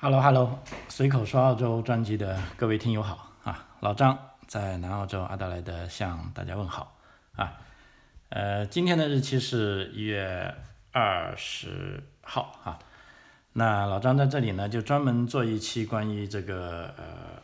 Hello，随口说澳洲专辑的各位听友好啊，老张在南澳洲阿德莱德向大家问好啊。今天的日期是1月20号啊。那老张在这里呢，就专门做一期关于这个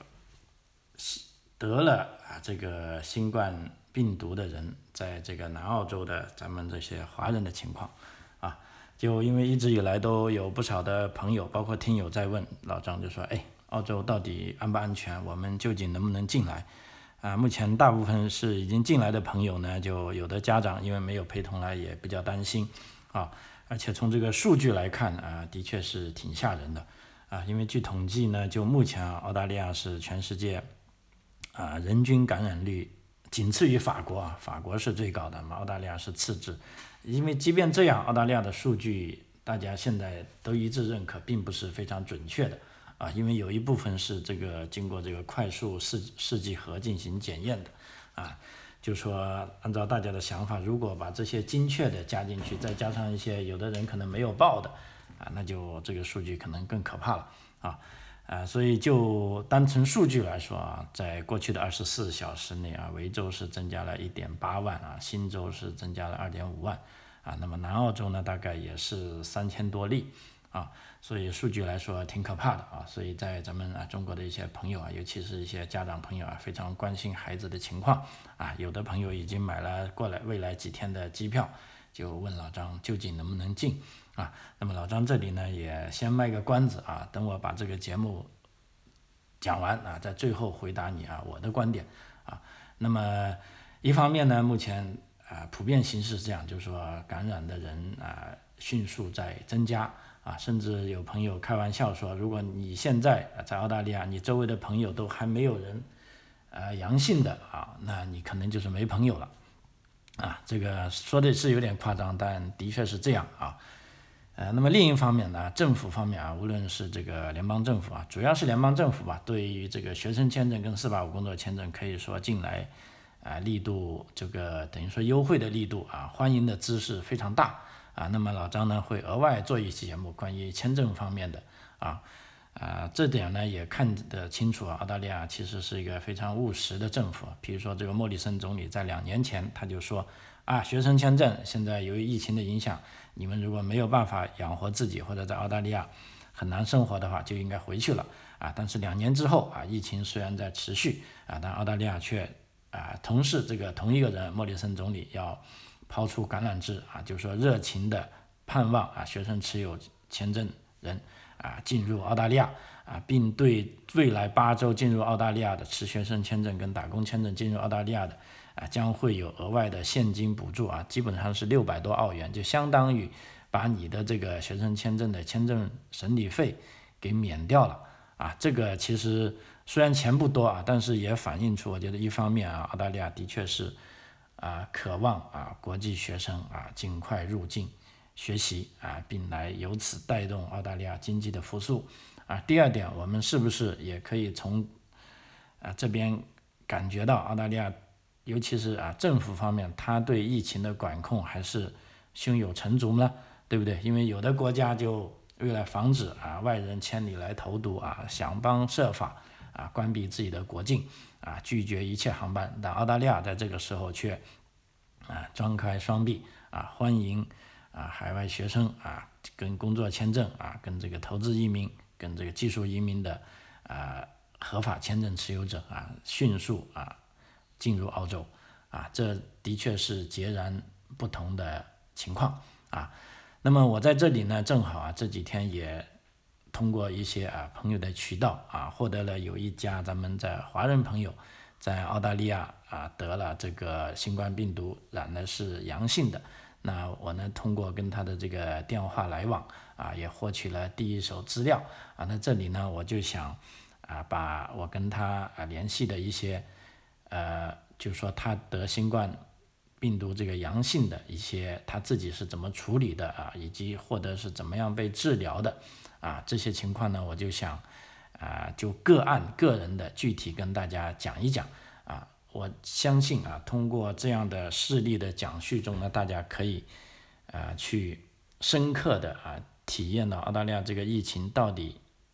得了这个新冠病毒的人，在这个南澳洲的咱们这些华人的情况啊。就因为一直以来都有不少的朋友，包括听友在问老张，就说，澳洲到底安不安全？我们究竟能不能进来？目前大部分是已经进来的朋友呢，就有的家长因为没有陪同来，也比较担心啊。而且从这个数据来看的确是挺吓人的因为据统计呢，就目前澳大利亚是全世界人均感染率仅次于法国法国是最高的嘛，澳大利亚是次之。因为即便这样，澳大利亚的数据大家现在都一致认可，并不是非常准确的因为有一部分是这个经过这个快速试剂盒进行检验的就说按照大家的想法，如果把这些精确的加进去，再加上一些有的人可能没有报的那就这个数据可能更可怕了所以就单纯数据来说在过去的24小时内维州是增加了1.8万新州是增加了2.5万那么南澳洲呢大概也是3000多例所以数据来说挺可怕的所以在咱们中国的一些朋友尤其是一些家长朋友非常关心孩子的情况有的朋友已经买了过来未来几天的机票，就问老张究竟能不能进那么老张这里呢也先卖个关子等我把这个节目讲完在最后回答你我的观点那么一方面呢，目前普遍形势是这样，就是说感染的人迅速在增加甚至有朋友开玩笑说，如果你现在在澳大利亚，你周围的朋友都还没有人阳性的那你可能就是没朋友了这个说的是有点夸张，但的确是这样那么另一方面呢，政府方面无论是这个联邦政府主要是联邦政府对于这个学生签证跟485工作签证可以说近来力度这个等于说优惠的力度欢迎的姿势非常大那么老张呢会额外做一期节目关于签证方面的这点呢也看得清楚澳大利亚其实是一个非常务实的政府。比如说这个莫里森总理在2年前他就说学生签证现在由于疫情的影响，你们如果没有办法养活自己或者在澳大利亚很难生活的话，就应该回去了但是2年之后疫情虽然在持续但澳大利亚却同一个人莫里森总理要抛出橄榄枝就是说热情的盼望学生持有签证人进入澳大利亚并对未来8周进入澳大利亚的持学生签证跟打工签证进入澳大利亚的将会有额外的现金补助基本上是600多澳元，就相当于把你的这个学生签证的签证审理费给免掉了这个其实虽然钱不多但是也反映出我觉得一方面澳大利亚的确是渴望国际学生尽快入境学习并来由此带动澳大利亚经济的复苏第二点，我们是不是也可以从这边感觉到澳大利亚尤其是政府方面他对疫情的管控还是胸有成竹呢，对不对？因为有的国家就为了防止外人千里来投毒想方设法关闭自己的国境拒绝一切航班，但澳大利亚在这个时候却张开双臂欢迎海外学生跟工作签证跟这个投资移民跟这个技术移民的合法签证持有者迅速进入澳洲这的确是截然不同的情况那么我在这里呢正好这几天也通过一些朋友的渠道获得了有一家咱们在华人朋友在澳大利亚得了这个新冠病毒，染的是阳性的。那我呢通过跟他的这个电话来往也获取了第一手资料那这里呢我就想把我跟他联系的一些就是说他得新冠病毒这个阳性的一些他自己是怎么处理的以及获得是怎么样被治疗的这些情况呢我就想就个案个人的具体跟大家讲一讲我相信通过这样的事例的讲述中呢，大家可以去深刻的体验到澳大利亚这个疫情到底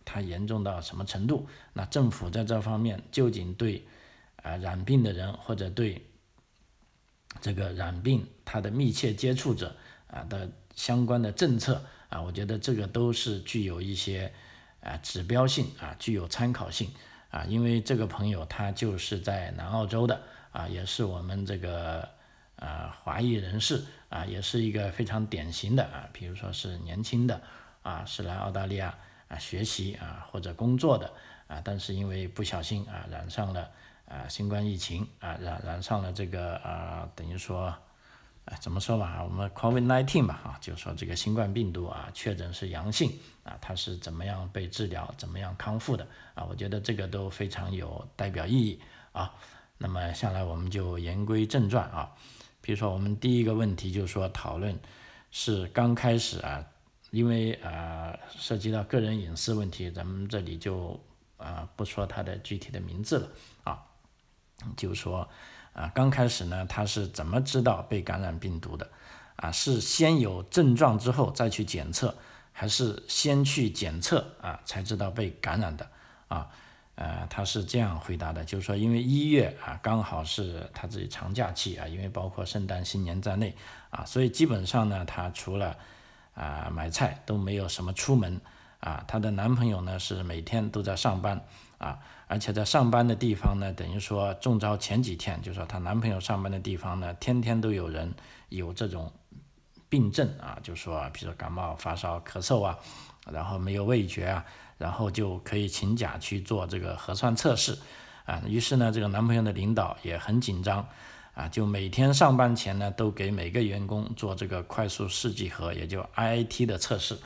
它严重到什么程度？那政府在这方面究竟对染病的人或者对这个染病他的密切接触者的相关的政策我觉得这个都是具有一些指标性具有参考性因为这个朋友他就是在南澳洲的也是我们这个华裔人士也是一个非常典型的比如说是年轻的是来澳大利亚学习或者工作的但是因为不小心染上了新冠疫情染上了这个等于说怎么说吧，我们 COVID-19 吧就是说这个新冠病毒确诊是阳性它是怎么样被治疗，怎么样康复的我觉得这个都非常有代表意义那么下来我们就言归正传比如说我们第一个问题就是说讨论是刚开始因为涉及到个人隐私问题，咱们这里就不说他的具体的名字了就是说刚开始呢他是怎么知道被感染病毒的是先有症状之后再去检测，还是先去检测才知道被感染的他是这样回答的，就是说因为1月刚好是他自己长假期因为包括圣诞新年在内所以基本上呢他除了买菜都没有什么出门她的男朋友呢是每天都在上班而且在上班的地方呢等于说中招前几天，就是说她男朋友上班的地方呢天天都有人有这种病症就是说比如说感冒发烧咳嗽然后没有味觉然后就可以请假去做这个核酸测试于是呢这个男朋友的领导也很紧张就每天上班前呢都给每个员工做这个快速试剂盒，也就 IIT 的测试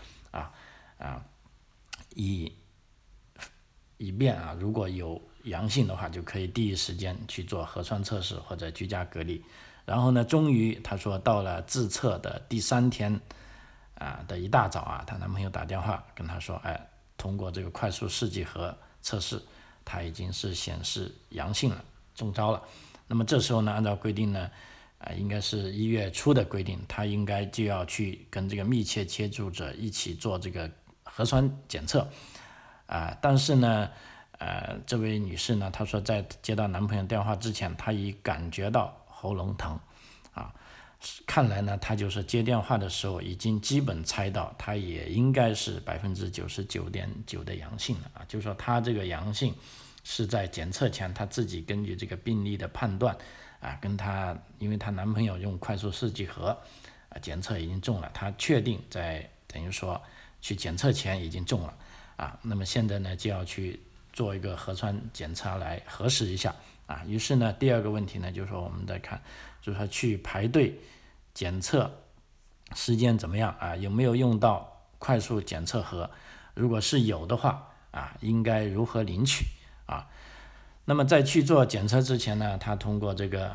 以便如果有阳性的话就可以第一时间去做核酸测试或者居家隔离。然后呢终于他说到了自测的第3天的一大早她男朋友打电话跟她说通过这个快速试剂盒测试她已经是显示阳性了，中招了。那么这时候呢按照规定呢应该是1月初的规定，她应该就要去跟这个密切接触者一起做这个核酸检测但是呢这位女士呢她说在接到男朋友电话之前她已感觉到喉咙疼看来呢她就是接电话的时候已经基本猜到她也应该是 99.9% 的阳性了就是说她这个阳性是在检测前她自己根据这个病例的判断跟她因为她男朋友用快速试剂盒检测已经中了，她确定在等于说去检测前已经中了那么现在呢就要去做一个核酸检查来核实一下于是呢第二个问题呢就是说我们再看就是说去排队检测时间怎么样有没有用到快速检测盒，如果是有的话应该如何领取那么在去做检测之前呢他通过这个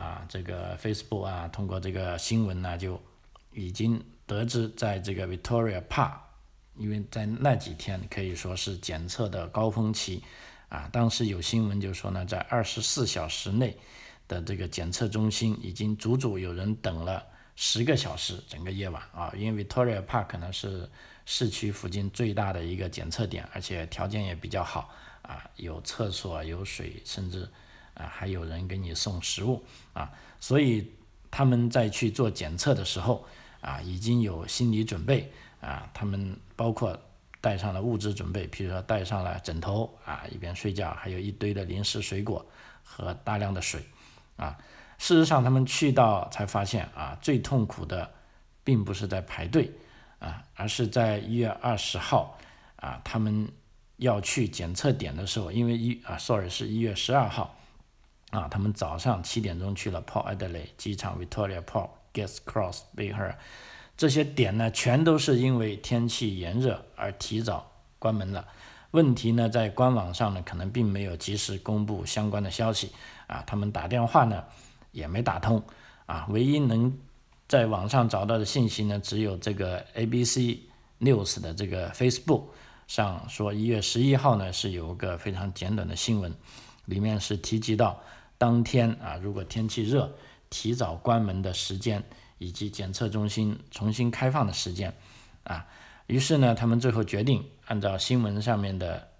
Facebook 通过这个新闻呢就已经得知在这个 Victoria Park， 因为在那几天可以说是检测的高峰期当时有新闻就说呢在24小时内的这个检测中心已经足足有人等了10个小时整个夜晚因为 Victoria Park 呢是市区附近最大的一个检测点，而且条件也比较好有厕所有水，甚至还有人给你送食物所以他们在去做检测的时候已经有心理准备他们包括带上了物质准备，比如说带上了枕头一边睡觉，还有一堆的零食水果和大量的水事实上他们去到才发现最痛苦的并不是在排队而是在1月20号他们要去检测点的时候，因为是1月12号他们早上7点钟去了 Port Adelaide 机场 Victoria Port Guest Cross Bay 这些点呢全都是因为天气炎热而提早关门了。问题呢在官网上呢可能并没有及时公布相关的消息他们打电话呢也没打通唯一能在网上找到的信息呢只有这个 ABC News 的这个 Facebook 上说1月11号呢是有个非常简短的新闻，里面是提及到当天如果天气热提早关门的时间以及检测中心重新开放的时间于是呢他们最后决定按照新闻上面的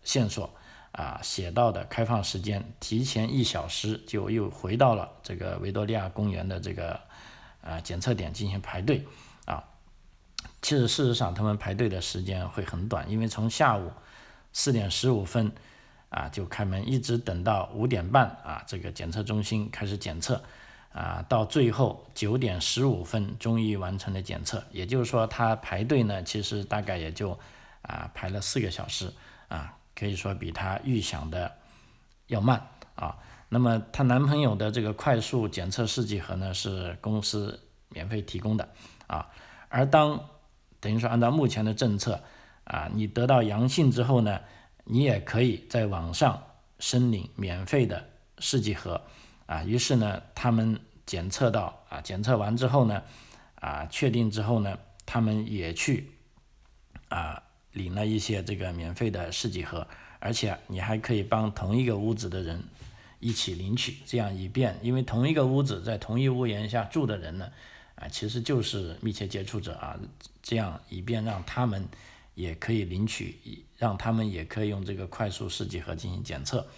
线索写到的开放时间提前1小时就又回到了这个维多利亚公园的这个检测点进行排队其实事实上他们排队的时间会很短，因为从下午4点15分就开门，一直等到5点半这个检测中心开始检测到最后9点15分终于完成了检测。也就是说他排队呢其实大概也就排了4个小时可以说比他预想的要慢那么她男朋友的这个快速检测试剂盒呢是公司免费提供的而等于说按照目前的政策你得到阳性之后呢，你也可以在网上申领免费的试剂盒于是呢他们检测完之后呢确定之后呢，他们也去领了一些这个免费的试剂盒，而且你还可以帮同一个屋子的人一起领取，这样以便，因为同一个屋子在同一屋檐下住的人呢其实就是密切接触者这样以便让他们也可以领取，让他们也可以用这个快速试剂盒进行检测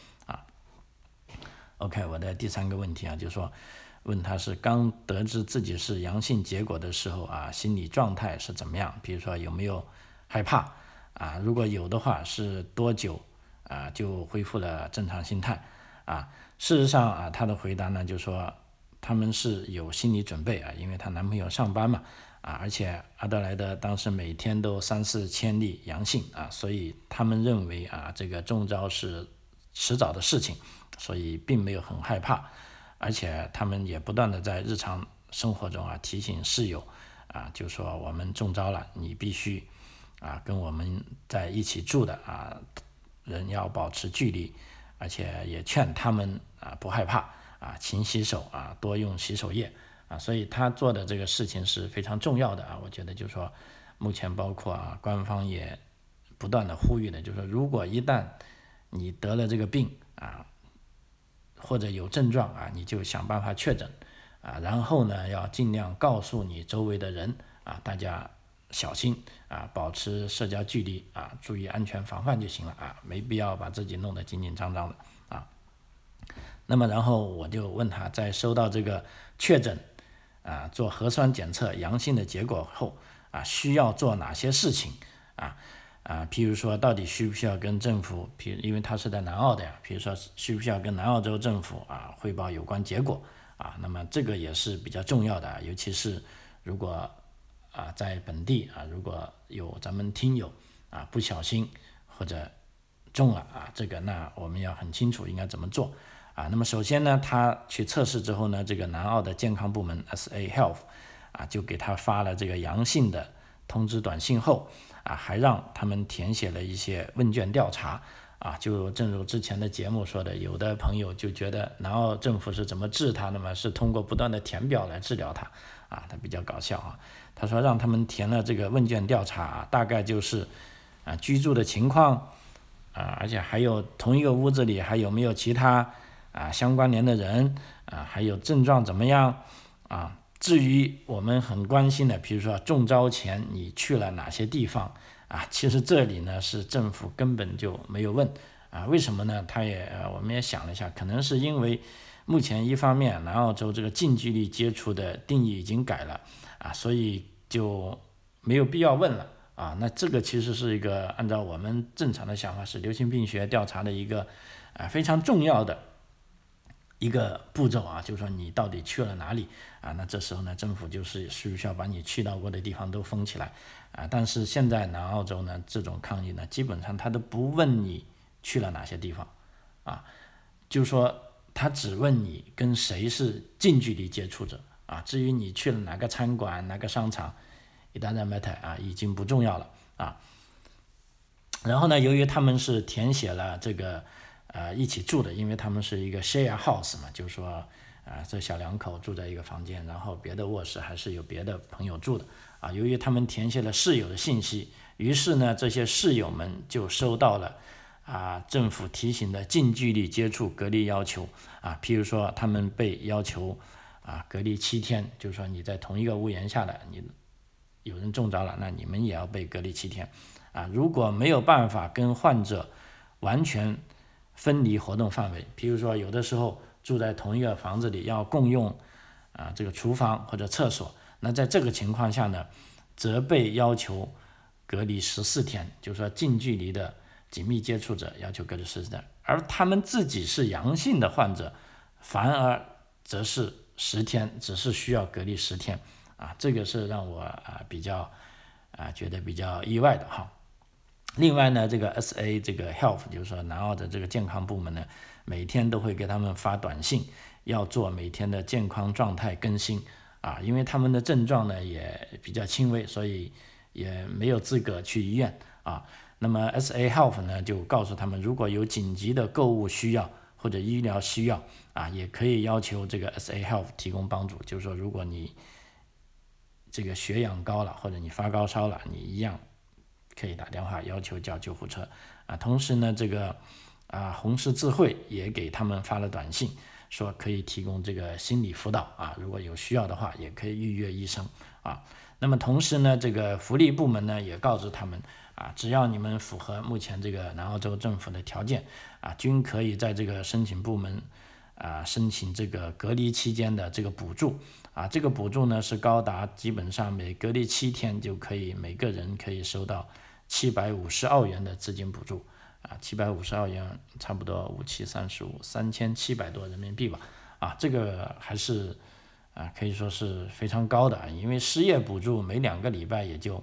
OK， 我的第3个问题就是说问他是刚得知自己是阳性结果的时候心理状态是怎么样，比如说有没有害怕如果有的话是多久就恢复了正常心态事实上他的回答呢就是说他们是有心理准备因为她男朋友上班嘛而且阿德莱德当时每天都3-4千例阳性所以他们认为这个中招是迟早的事情，所以并没有很害怕，而且他们也不断的在日常生活中提醒室友就说我们中招了，你必须跟我们在一起住的人要保持距离，而且也劝他们不害怕勤洗手多用洗手液所以他做的这个事情是非常重要的我觉得就是说目前包括官方也不断的呼吁的，就是说如果一旦你得了这个病或者有症状你就想办法确诊然后呢要尽量告诉你周围的人大家小心保持社交距离注意安全防范就行了没必要把自己弄得紧紧张张的那么然后我就问他，在收到这个确诊做核酸检测阳性的结果后需要做哪些事情譬如说到底需不需要跟政府，因为他是在南澳的譬如说需不需要跟南澳洲政府汇报有关结果那么这个也是比较重要的尤其是如果在本地如果有咱们听友不小心或者中了这个那我们要很清楚应该怎么做那么首先呢他去测试之后呢，这个南澳的健康部门 SA Health 就给他发了这个阳性的通知短信后还让他们填写了一些问卷调查就正如之前的节目说的，有的朋友就觉得南澳政府是怎么治他的嘛，是通过不断的填表来治疗他他比较搞笑他说让他们填了这个问卷调查大概就是居住的情况而且还有同一个屋子里还有没有其他相关联的人还有症状怎么样至于我们很关心的，比如说中招前你去了哪些地方其实这里呢是政府根本就没有问为什么呢？我们也想了一下，可能是因为目前一方面南澳洲这个近距离接触的定义已经改了所以就没有必要问了那这个其实是一个按照我们正常的想法是流行病学调查的一个非常重要的一个步骤就是说你到底去了哪里那这时候呢政府就是需要把你去到过的地方都封起来但是现在南澳洲呢这种抗议呢基本上他都不问你去了哪些地方就是说他只问你跟谁是近距离接触者至于你去了哪个餐馆哪个商场 it doesn't matter 已经不重要了然后呢由于他们是填写了这个一起住的，因为他们是一个 share house 嘛，就是说这小两口住在一个房间，然后别的卧室还是有别的朋友住的由于他们填写了室友的信息，于是呢这些室友们就收到了政府提醒的近距离接触隔离要求譬如说他们被要求隔离7天，就是说你在同一个屋檐下的你有人中招了，那你们也要被隔离7天如果没有办法跟患者完全分离活动范围。比如说有的时候住在同一个房子里要共用这个厨房或者厕所，那在这个情况下呢，则被要求隔离14天，就是说近距离的紧密接触者要求隔离14天，而他们自己是阳性的患者，反而则是10天，只是需要隔离10天这个是让我比较觉得比较意外的哈。另外呢，这个 SA 这个 Health 就是说南澳的这个健康部门呢，每天都会给他们发短信，要做每天的健康状态更新因为他们的症状呢也比较轻微，所以也没有资格去医院那么 SA Health 呢就告诉他们，如果有紧急的购物需要或者医疗需要也可以要求这个 SA Health 提供帮助，就是说如果你这个血氧高了或者你发高烧了，你一样可以打电话要求叫救护车同时呢，这个红十字会也给他们发了短信，说可以提供这个心理辅导如果有需要的话也可以预约医生那么同时呢，这个福利部门呢也告诉他们只要你们符合目前这个南澳洲政府的条件均可以在这个申请部门申请这个隔离期间的这个补助这个补助呢是高达基本上每隔离7天就可以每个人可以收到750澳元的资金补助750澳元差不多57353700多人民币吧这个还是可以说是非常高的因为失业补助每2个礼拜也就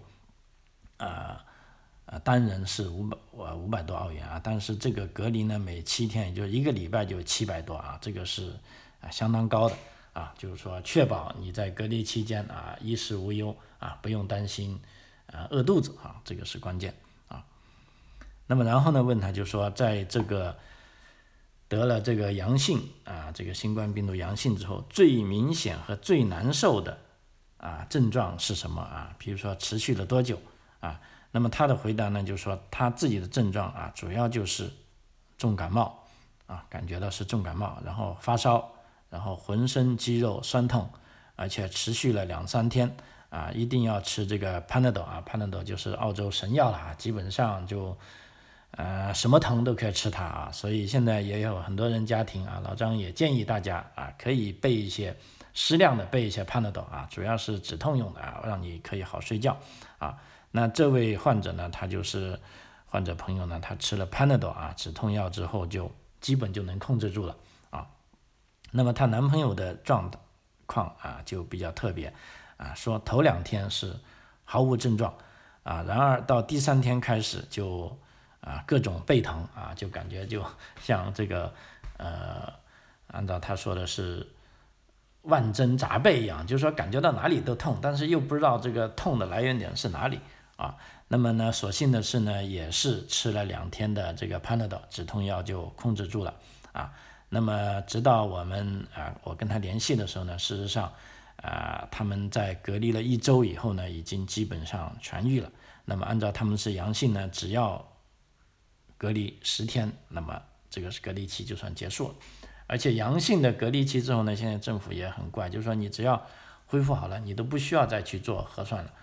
单人是500多澳元但是这个隔离呢每7天也就1个礼拜就700多这个是相当高的就是说确保你在隔离期间衣食无忧不用担心饿肚子这个是关键那么然后呢问他就说在这个得了这个阳性这个新冠病毒阳性之后，最明显和最难受的症状是什么比如说持续了多久那么他的回答呢就是说他自己的症状主要就是重感冒感觉到是重感冒，然后发烧，然后浑身肌肉酸痛，而且持续了2-3天一定要吃这个 Panadol 就是澳洲神药了基本上就什么疼都可以吃它所以现在也有很多人家庭老张也建议大家可以备一些适量的备一些 Panadol 主要是止痛用的让你可以好睡觉那这位患者呢，他就是患者朋友呢，他吃了 Panadol 止痛药之后就基本就能控制住了那么她男朋友的状况就比较特别说头2天是毫无症状然而到第3天开始就各种背疼就感觉就像这个按照他说的是万针扎背一样，就是说感觉到哪里都痛，但是又不知道这个痛的来源点是哪里那么呢所幸的是呢也是吃了2天的这个 Panadol 止痛药就控制住了那么直到我跟他联系的时候呢，事实上他们在隔离了1周以后呢已经基本上痊愈了。那么按照他们是阳性呢，只要隔离10天，那么这个隔离期就算结束了。而且阳性的隔离期之后呢，现在政府也很怪，就是说你只要恢复好了，你都不需要再去做核酸了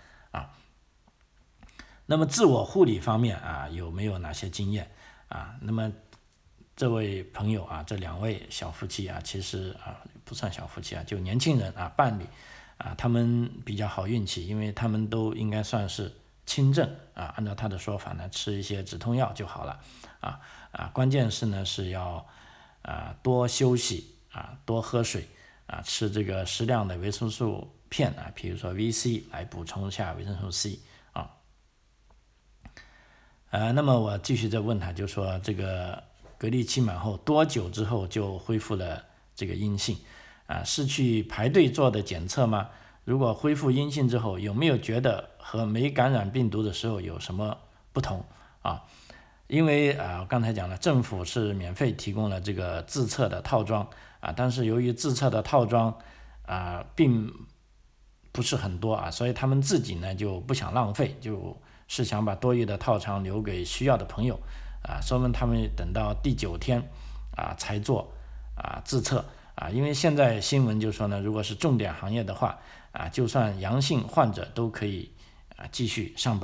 那么自我护理方面有没有哪些经验那么这位朋友这2位小夫妻其实不算小夫妻就年轻人伴侣他们比较好运气，因为他们都应该算是轻症按照他的说法呢，吃一些止痛药就好了关键是呢是要多休息多喝水吃这个适量的维生素片比如说 VC 来补充一下维生素 C那么我继续再问他，就说这个隔离期满后多久之后就恢复了这个阴性是去排队做的检测吗？如果恢复阴性之后，有没有觉得和没感染病毒的时候有什么不同因为刚才讲了，政府是免费提供了这个自测的套装但是由于自测的套装并不是很多所以他们自己呢就不想浪费，就是想把多余的套装留给需要的朋友说明他们等到第9天才做自测因为现在新闻就说呢，如果是重点行业的话就算阳性患者都可以继续上班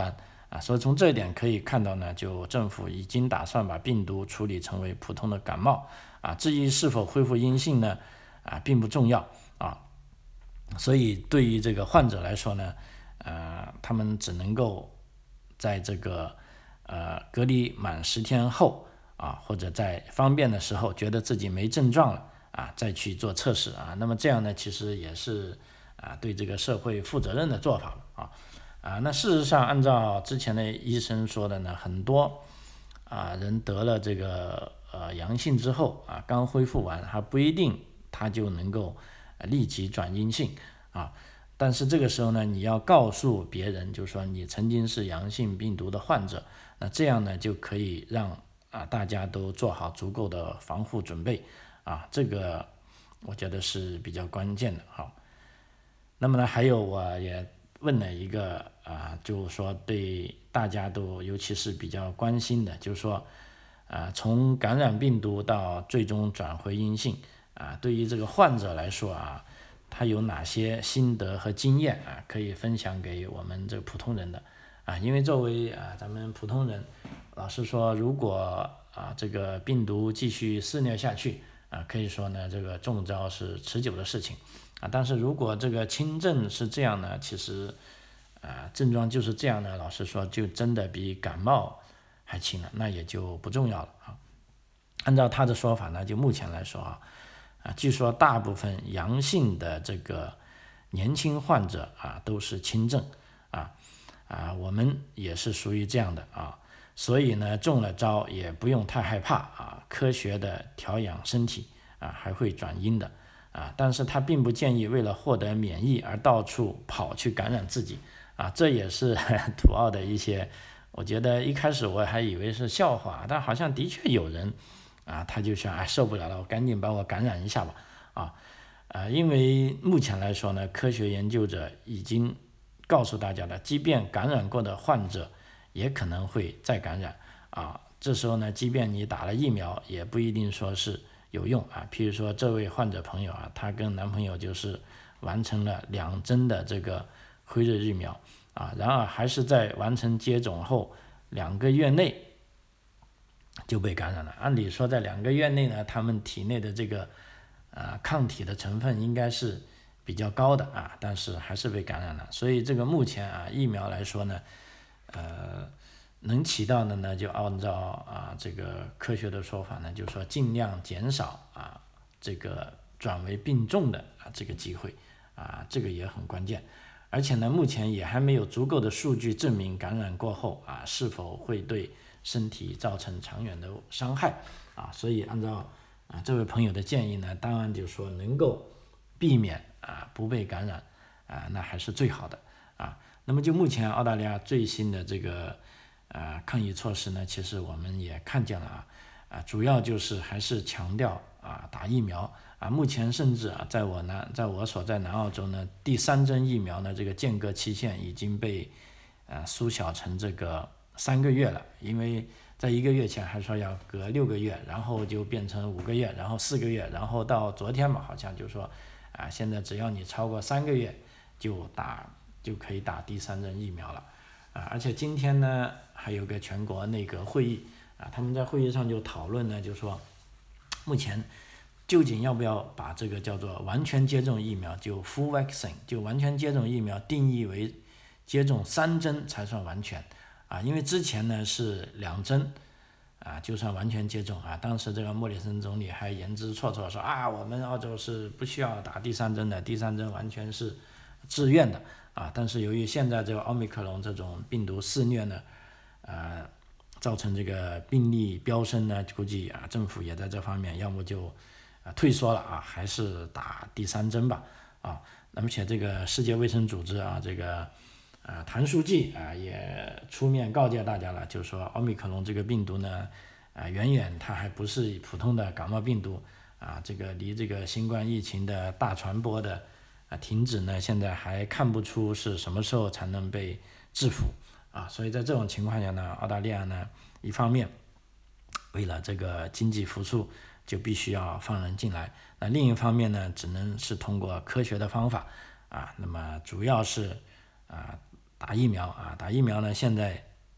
所以从这一点可以看到呢，就政府已经打算把病毒处理成为普通的感冒至于是否恢复阴性呢并不重要所以对于这个患者来说呢他们只能够在这个隔离满10天后或者在方便的时候觉得自己没症状了再去做测试那么这样呢其实也是对这个社会负责任的做法那事实上按照之前的医生说的呢，很多人得了这个阳性之后刚恢复完还不一定他就能够立即转阴性但是这个时候呢，你要告诉别人，就是说你曾经是阳性病毒的患者，那这样呢就可以让大家都做好足够的防护准备这个我觉得是比较关键的那么呢，还有我也问了一个就是说对大家都尤其是比较关心的，就是说从感染病毒到最终转回阴性对于这个患者来说他有哪些心得和经验可以分享给我们这个普通人的因为作为咱们普通人，老实说，如果这个病毒继续肆虐下去可以说呢，这个中招是持久的事情但是如果这个轻症是这样呢，其实症状就是这样呢，老实说就真的比感冒还轻了，那也就不重要了按照他的说法呢，就目前来说据说大部分阳性的这个年轻患者都是轻症我们也是属于这样的所以呢中了招也不用太害怕科学的调养身体还会转阴的但是他并不建议为了获得免疫而到处跑去感染自己这也是土澳的一些，我觉得一开始我还以为是笑话，但好像的确有人他就想受不了了，我赶紧把我感染一下吧因为目前来说呢，科学研究者已经告诉大家了，即便感染过的患者也可能会再感染这时候呢，即便你打了疫苗，也不一定说是有用譬如说这位患者朋友她跟男朋友就是完成了2针的这个辉瑞疫苗然而还是在完成接种后2个月内就被感染了。按理说在2个月内呢，他们体内的这个抗体的成分应该是比较高的但是还是被感染了。所以这个目前疫苗来说呢能起到的呢，就按照这个科学的说法呢，就是说尽量减少这个转为病重的这个机会这个也很关键。而且呢，目前也还没有足够的数据证明感染过后是否会对身体造成长远的伤害所以按照这位朋友的建议呢，当然就是说能够避免不被感染那还是最好的那么就目前澳大利亚最新的这个抗疫措施呢，其实我们也看见了主要就是还是强调打疫苗目前甚至在我所在南澳洲呢，第3针疫苗呢，这个间隔期限已经被缩小成这个3个月了，因为在1个月前还说要隔6个月，然后就变成5个月，然后4个月，然后到昨天好像就说现在只要你超过3个月就可以打第3针疫苗了而且今天呢还有个全国内阁会议他们在会议上就讨论呢，就说目前究竟要不要把这个叫做完全接种疫苗，就 full vaccine， 就完全接种疫苗定义为接种3针才算完全因为之前呢是2针就算完全接种当时这个莫里森总理还言之绰绰说我们澳洲是不需要打第3针的，第3针完全是自愿的但是由于现在这个奥密克戎这种病毒肆虐呢造成这个病例飙升呢，估计政府也在这方面要么就退缩了还是打第3针吧而且这个世界卫生组织这个谭书记也出面告诫大家了，就是说奥密克戎这个病毒呢远远它还不是普通的感冒病毒这个离这个新冠疫情的大传播的停止呢，现在还看不出是什么时候才能被制服所以在这种情况下呢，澳大利亚呢一方面为了这个经济复苏就必须要放人进来，那另一方面呢只能是通过科学的方法那么主要是打疫苗打疫苗呢现在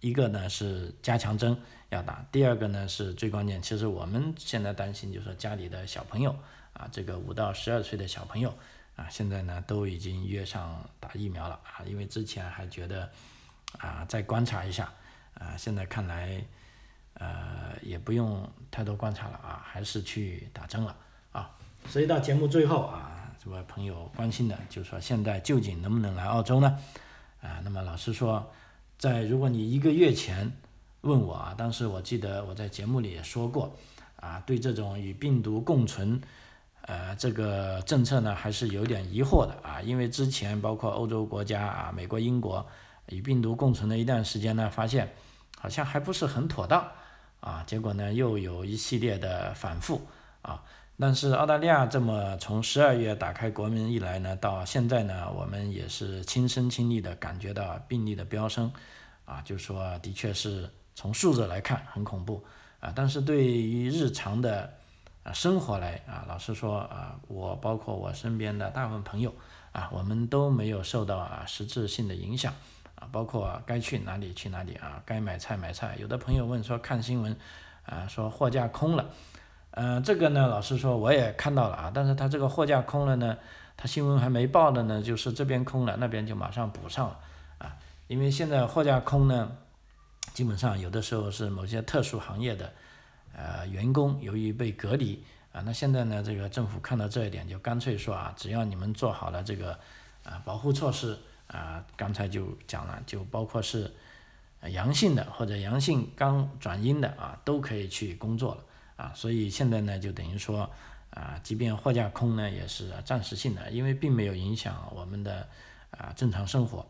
一个呢是加强针要打，第二个呢是最关键，其实我们现在担心就是说家里的小朋友啊，这个5到12岁的小朋友啊，现在呢都已经约上打疫苗了啊，因为之前还觉得再观察一下现在看来也不用太多观察了啊，还是去打针了啊。所以到节目最后这位朋友关心的就是说现在究竟能不能来澳洲呢那么老实说，如果你1个月前问我当时我记得我在节目里也说过对这种与病毒共存这个政策呢还是有点疑惑的因为之前包括欧洲国家美国、英国与病毒共存的一段时间呢，发现好像还不是很妥当结果呢又有一系列的反复但是澳大利亚这么从12月打开国门以来呢，到现在呢，我们也是亲身亲历的感觉到病例的飙升就是说的确是从数字来看很恐怖但是对于日常的生活来老实说我包括我身边的大部分朋友我们都没有受到实质性的影响包括该去哪里去哪里该买菜买菜。有的朋友问说看新闻说货架空了这个呢老实说我也看到了但是他这个货架空了呢，他新闻还没报的呢，就是这边空了那边就马上补上了因为现在货架空呢，基本上有的时候是某些特殊行业的员工由于被隔离那现在呢这个政府看到这一点就干脆说只要你们做好了这个保护措施刚才就讲了，就包括是阳性的或者阳性刚转阴的都可以去工作了所以现在呢就等于说即便货架空呢也是暂时性的，因为并没有影响我们的正常生活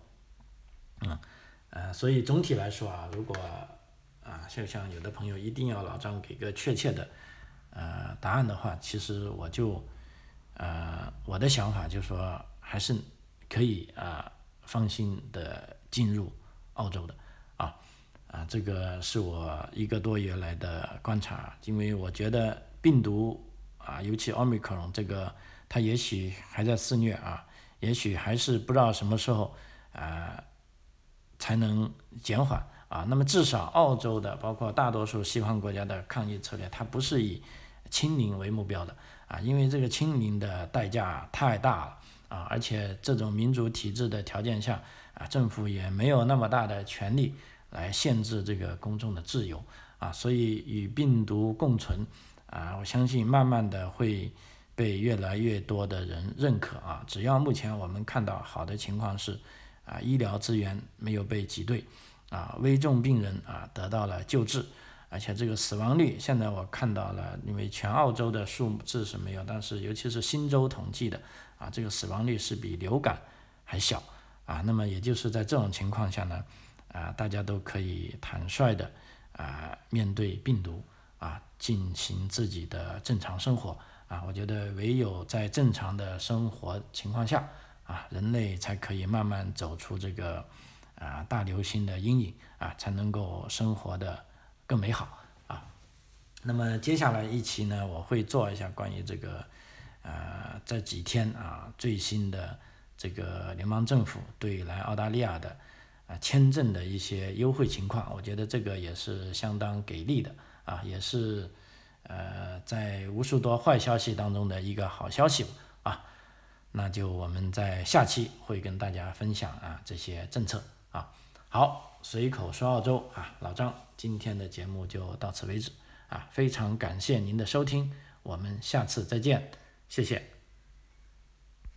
所以总体来说如果就像有的朋友一定要老张给个确切的答案的话，其实我就我的想法就是说还是可以放心的进入澳洲的这个是我1个多月来的观察，因为我觉得病毒尤其 Omicron 这个它也许还在肆虐也许还是不知道什么时候才能减缓那么至少澳洲的包括大多数西方国家的抗疫策略，它不是以清零为目标的因为这个清零的代价太大了而且这种民主体制的条件下政府也没有那么大的权力来限制这个公众的自由所以与病毒共存我相信慢慢的会被越来越多的人认可只要目前我们看到好的情况是医疗资源没有被挤兑危重病人得到了救治，而且这个死亡率现在我看到了，因为全澳洲的数字是没有，但是尤其是新州统计的这个死亡率是比流感还小那么也就是在这种情况下呢大家都可以坦率的面对病毒进行自己的正常生活我觉得唯有在正常的生活情况下人类才可以慢慢走出这个大流行的阴影才能够生活的更美好那么接下来一期呢，我会做一下关于这个这几天最新的这个联邦政府对来澳大利亚的签证的一些优惠情况，我觉得这个也是相当给力的也是在无数多坏消息当中的一个好消息那就我们在下期会跟大家分享这些政策好，随口说澳洲老张今天的节目就到此为止非常感谢您的收听，我们下次再见，谢谢。